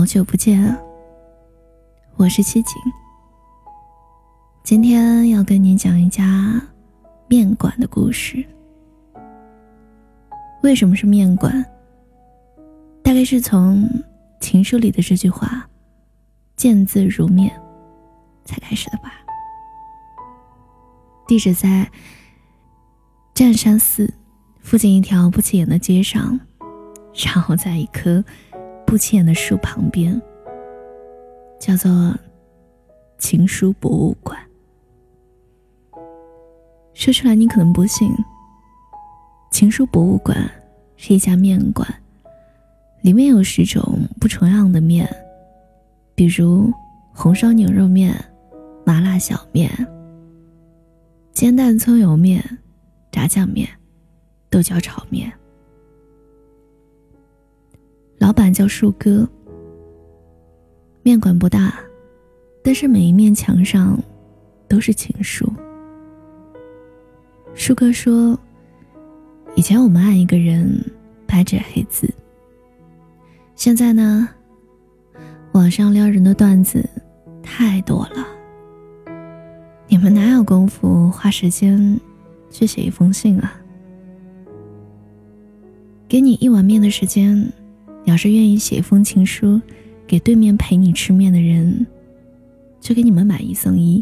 久不见，我是七景。今天要跟你讲一家面馆的故事。为什么是面馆？大概是从情书里的这句话见字如面才开始的吧。地址在湛山寺附近一条不起眼的街上，然后在一棵不起眼的树旁边，叫做情书博物馆。说出来你可能不信，情书博物馆是一家面馆，里面有10种不重样的面，比如红烧牛肉面、麻辣小面、煎蛋葱油面、炸酱面、豆角炒面。老板叫树哥。面馆不大，但是每一面墙上都是情书。树哥说，以前我们爱一个人白纸黑字，现在呢，网上撩人的段子太多了，你们哪有功夫花时间去写一封信啊？给你1碗面的时间，你要是愿意写一封情书给对面陪你吃面的人，就给你们买1送1。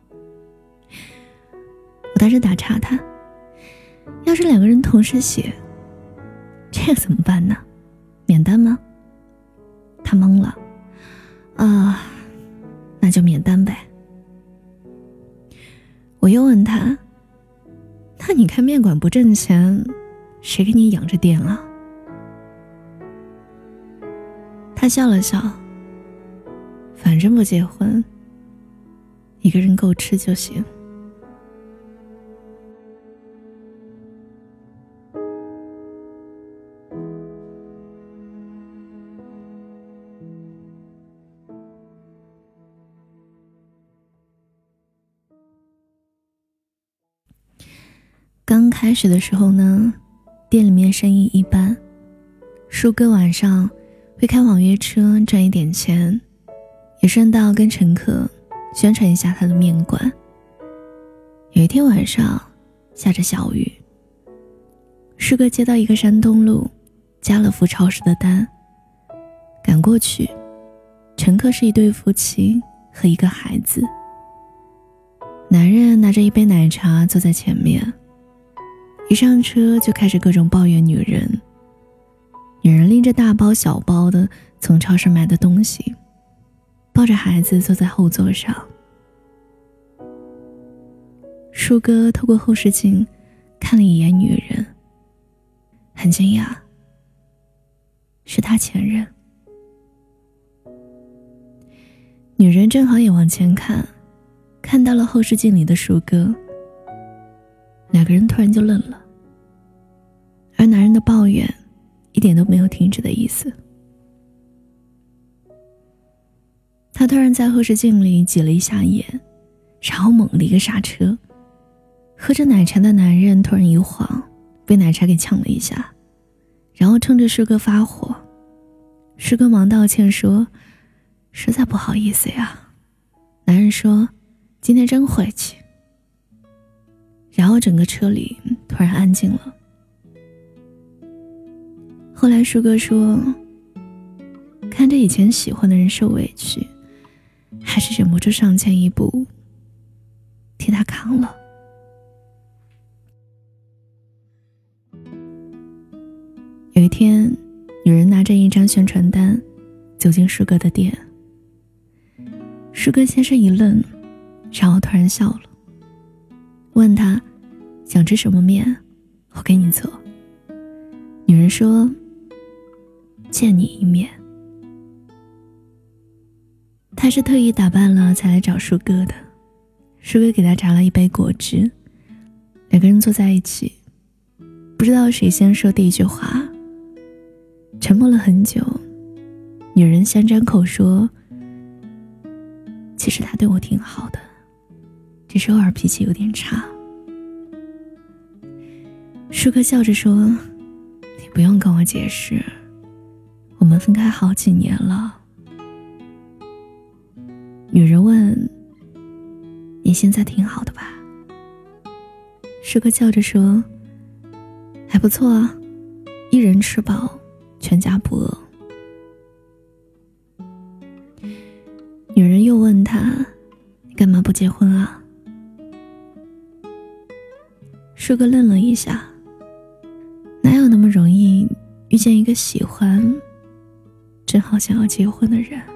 我当时打岔他，要是2个人同时写，这个怎么办呢？免单吗？他懵了，那就免单呗。我又问他，那你看面馆不挣钱，谁给你养着店啊？他笑了笑，反正不结婚，一个人够吃就行。刚开始的时候呢，店里面生意一般，树哥晚上会开网约车赚一点钱，也顺道跟乘客宣传一下他的面馆。有一天晚上下着小雨，树哥接到一个山东路家乐福超市的单，赶过去，乘客是一对夫妻和一个孩子。男人拿着一杯奶茶坐在前面，一上车就开始各种抱怨女人。女人拎着大包小包的从超市买的东西，抱着孩子坐在后座上。树哥透过后视镜看了一眼女人，很惊讶，是他前任。女人正好也往前看，看到了后视镜里的树哥，2个人突然就愣了，而男人的抱怨一点都没有停止的意思。他突然在后视镜里挤了一下眼，然后猛地一个刹车，喝着奶茶的男人突然一晃，被奶茶给呛了一下，然后冲着树哥发火。树哥忙道歉说，实在不好意思呀。男人说，今天真晦气。然后整个车里突然安静了。后来树哥说，看着以前喜欢的人受委屈，还是忍不住上前一步替他扛了。有一天，女人拿着一张宣传单走进树哥的店，树哥先是一愣，然后突然笑了，问他想吃什么面，我给你做。女人说，见你一面。他是特意打扮了才来找树哥的。树哥给他榨了一杯果汁，2个人坐在一起，不知道谁先说第一句话。沉默了很久，女人先张口说，其实他对我挺好的，只是偶尔脾气有点差。树哥笑着说，你不用跟我解释，我们分开好几年了， 你现在挺好的吧？师哥笑着说，还不错啊，一人吃饱，全家不饿。女人又问他，你干嘛不结婚啊？师哥愣了一下，哪有那么容易遇见一个喜欢正好想要结婚的人？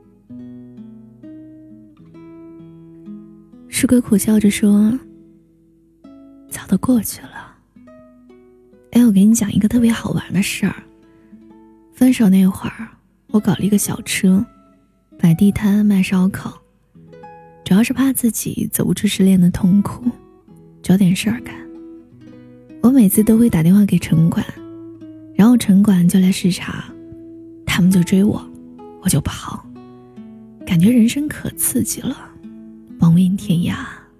师哥苦笑着说，早都过去了。我给你讲一个特别好玩的事儿。分手那会儿，我搞了一个小车，摆地摊卖烧烤，主要是怕自己走不出失恋的痛苦，找点事儿干。我每次都会打电话给城管，然后城管就来视察，他们就追我，我就跑，感觉人生可刺激了，亡命天涯。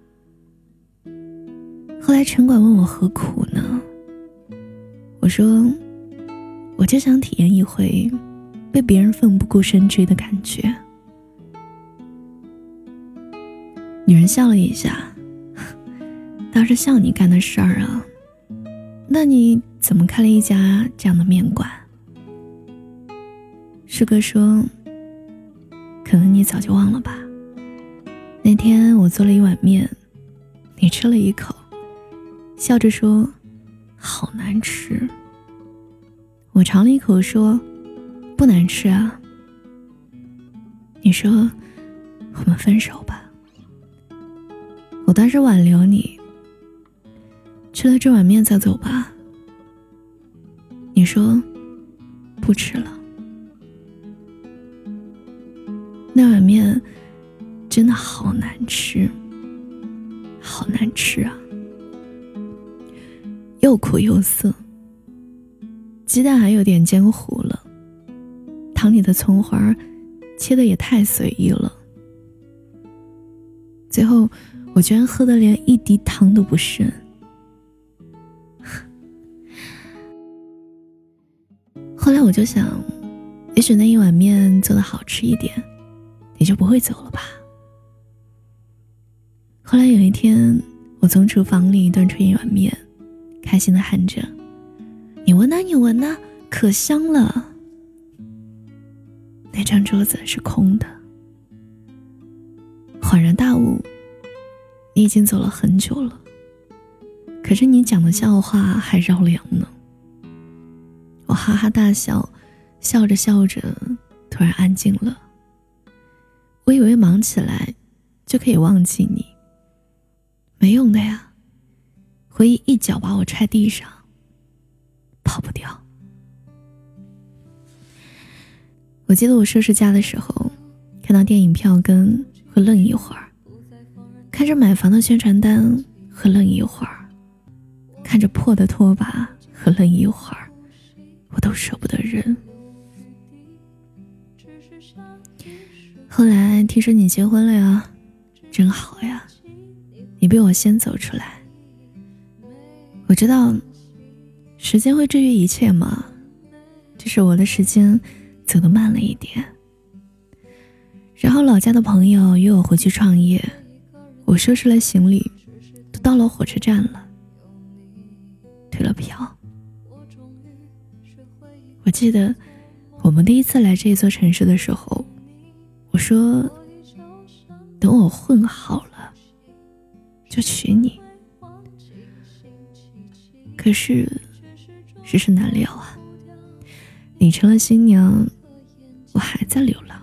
后来城管问我何苦呢？我说，我就想体验一回被别人奋不顾身追的感觉。女人笑了一下，倒是像你干的事儿啊，那你怎么开了一家这样的面馆？师哥说，可能你早就忘了吧。那天我做了一碗面，你吃了一口，笑着说，好难吃。我尝了一口说，不难吃啊。你说，我们分手吧。我当时挽留你，吃了这碗面再走吧。你说，不吃了。那碗面真的好难吃，好难吃啊，又苦又涩，鸡蛋还有点煎糊了，汤里的葱花切得也太随意了，最后我居然喝得连一滴汤都不剩。后来我就想，也许那一碗面做得好吃一点，你就不会走了吧。后来有一天，我从厨房里端出一碗面，开心地喊着，你闻啊你闻啊，可香了。那张桌子是空的。恍然大悟，你已经走了很久了，可是你讲的笑话还绕梁呢。我哈哈大笑，笑着笑着突然安静了。我以为忙起来就可以忘记你，没用的呀，回忆一脚把我踹地上，跑不掉。我记得我收拾家的时候，看到电影票根会愣一会儿，看着买房的宣传单会愣一会儿，看着破的拖把会愣一会儿，我都舍不得扔。后来听说你结婚了呀，真好呀，你比我先走出来。我知道时间会治愈一切嘛，只是我的时间走得慢了一点。然后老家的朋友约我回去创业，我收拾了行李，都到了火车站了，退了票。我记得我们第一次来这座城市的时候，我说等我混好了就娶你。可是世事难料啊，你成了新娘，我还在流浪。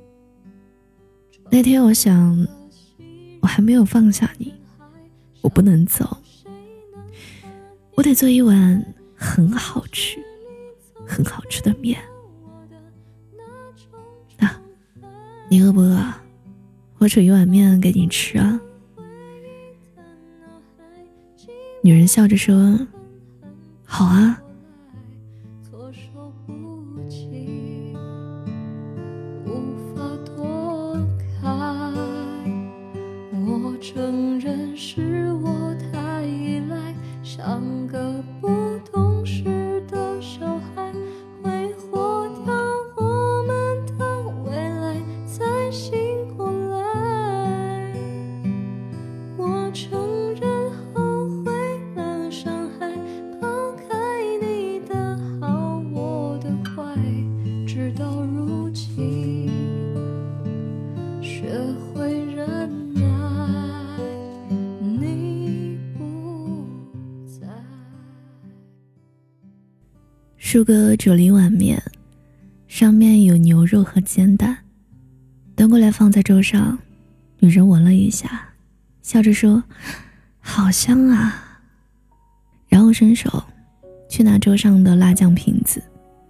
那天我想，我还没有放下你，我不能走，我得做一碗很好吃很好吃的面。你饿不饿？我煮一碗面给你吃啊。女人笑着说，好啊。 我承认是我太依赖，像个不懂事的小孩，挥霍掉我们的未来才醒过来。 承认后悔了伤害，抛开你的好我的坏，直到如今学会忍耐，你不在。 树哥煮了一碗面，上面有牛肉和煎蛋，端过来放在桌上。女人闻了一下，笑着说：“好香啊！”然后伸手去拿桌上的辣酱瓶子。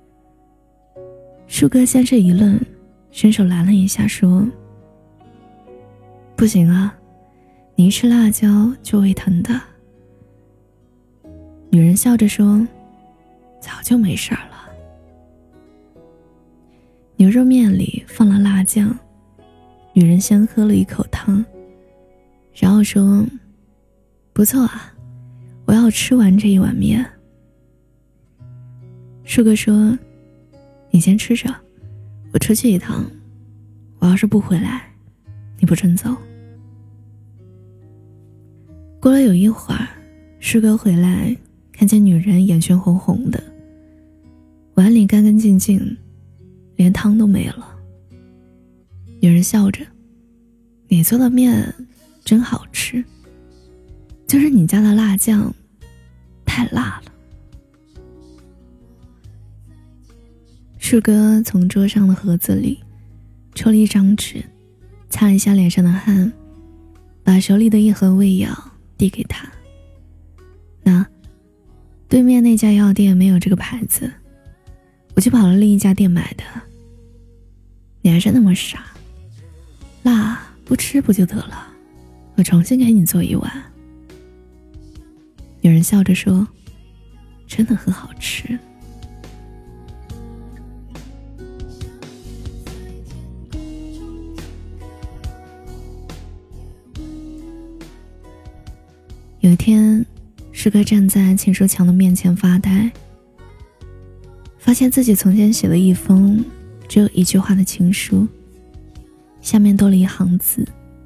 树哥先是一愣，伸手拦了一下，说：“不行啊，你一吃辣椒就会疼的。”女人笑着说：“早就没事了。”牛肉面里放了辣酱，女人先喝了一口汤，然后说：“不错啊，我要吃完这一碗面。”树哥说：“你先吃着，我出去一趟，我要是不回来，你不准走。”过了有一会儿，树哥回来，看见女人眼圈红红的，碗里干干净净，连汤都没了。女人笑着：“你做的面真好吃，就是你家的辣酱太辣了。”树哥从桌上的盒子里抽了一张纸，擦了一下脸上的汗，把手里的一盒胃药递给他：“那对面那家药店没有这个牌子，我就跑了另一家店买的。你还是那么傻，辣不吃不就得了，我重新给你做一碗。”女人笑着说：“真的很好吃。”有一天，树哥站在情书墙的面前发呆，发现自己从前写了一封只有一句话的情书，下面多了一行字。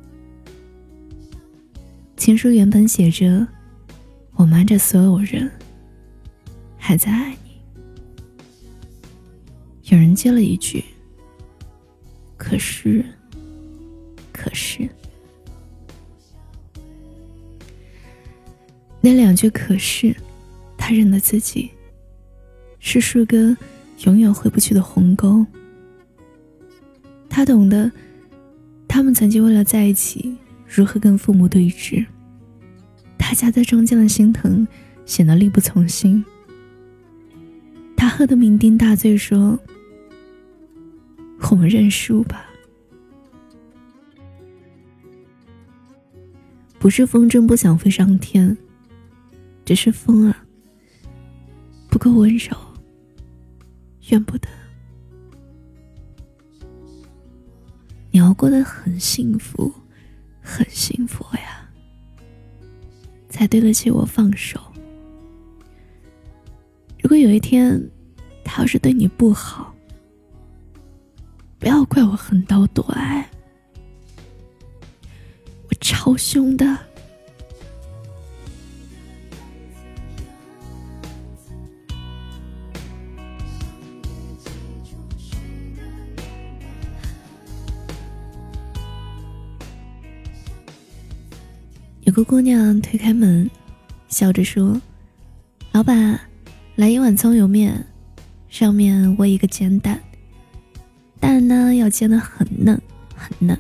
情书原本写着：“我瞒着所有人，还在爱你。”有人接了一句：“可是。”那两句可是，他认得自己是树哥永远回不去的鸿沟。他懂得他们曾经为了在一起如何跟父母对峙，他夹在中间的心疼显得力不从心。他喝得酩酊大醉，说：“我们认输吧。”不是风筝不想飞上天，只是风啊不够温柔，怨不得。你要过得很幸福，很幸福呀，才对得起我放手。如果有一天他要是对你不好，不要怪我横刀夺爱，我超凶的。有个姑娘推开门，笑着说：“老板，来一碗葱油面，上面窝一个煎蛋，蛋呢要煎得很嫩很嫩。”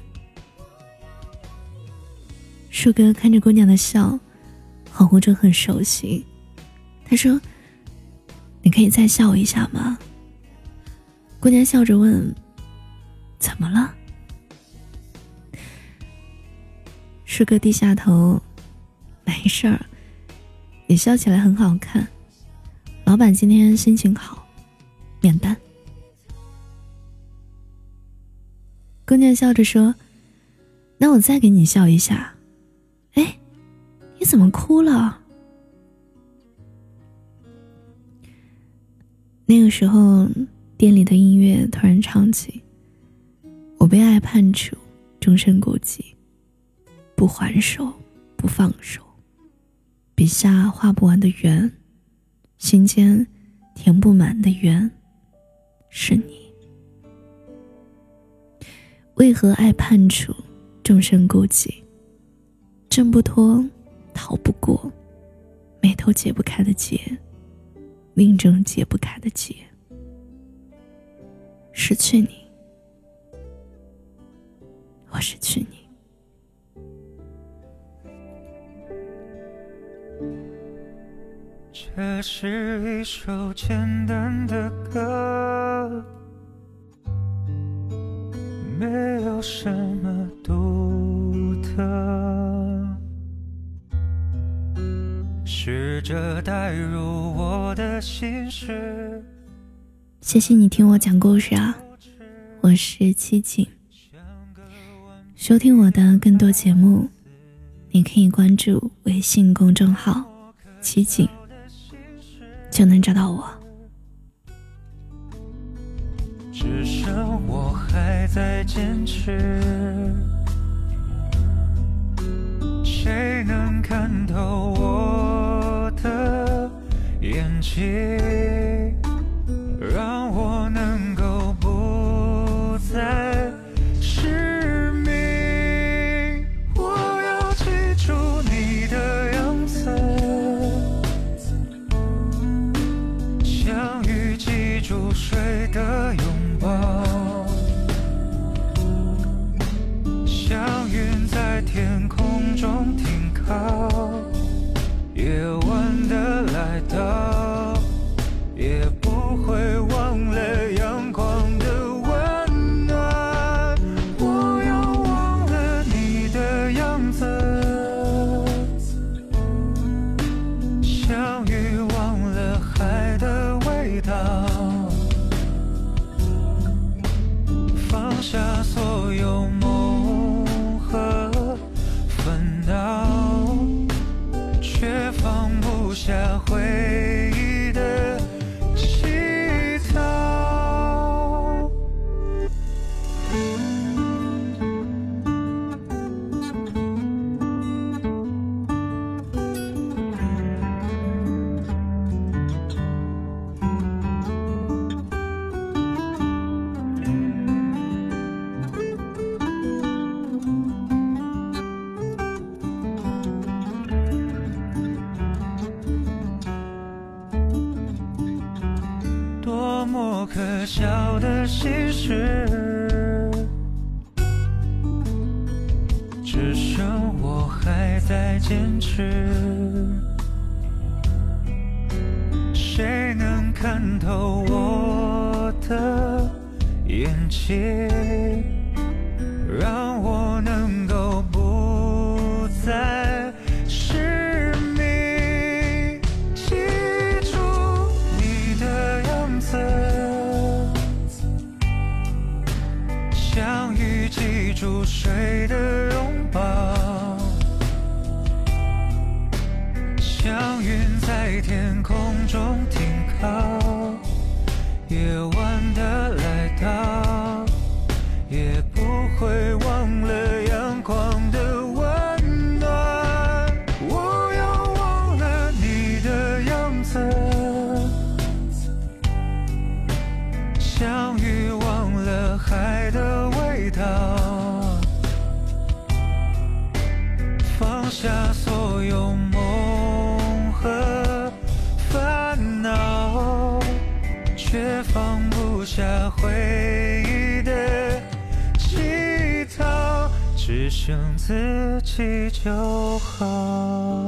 树哥看着姑娘的笑，恍惚着很熟悉。他说：“你可以再笑一下吗？”姑娘笑着问：“怎么了？”树哥低下头：“没事儿，你笑起来很好看。老板今天心情好，免单。”姑娘笑着说：“那我再给你笑一下。”哎，你怎么哭了？那个时候，店里的音乐突然唱起：“我被爱判处终身孤寂，不还手，不不放手。笔下画不完的圆，心间填不满的圆，是你。为何爱判处，众生孤寂？挣不脱，逃不过，眉头解不开的结，命中解不开的结。失去你，我失去你。 这是一首简单的歌，没有什么独特，试着带入我的心事。 谢谢你听我讲故事啊，我是七景。收听我的更多节目，你可以关注微信公众号七景，就能找到我。 只剩我还在坚持，谁能看透我的眼睛，让我能够不再失明。我要记住你的样子，相遇记住谁的拥抱，像云在天空中停靠，夜晚的来到，也不会忘了阳光的温暖。我要忘了你的样子，相遇忘了海的味道，放下所有梦和烦恼，却放不下回忆的乞讨。多么可笑的心事，只剩我还在坚持，谁能看透我的眼睛，让我能够不再失明。记住你的样子，相遇记住谁的拥抱，像云在天空中停靠，夜晚的来到，也不会忘了阳光的温暖。我要忘了你的样子，相遇忘了海的味道，放下所有梦和烦恼，却放不下回忆的乞讨，只剩自己就好。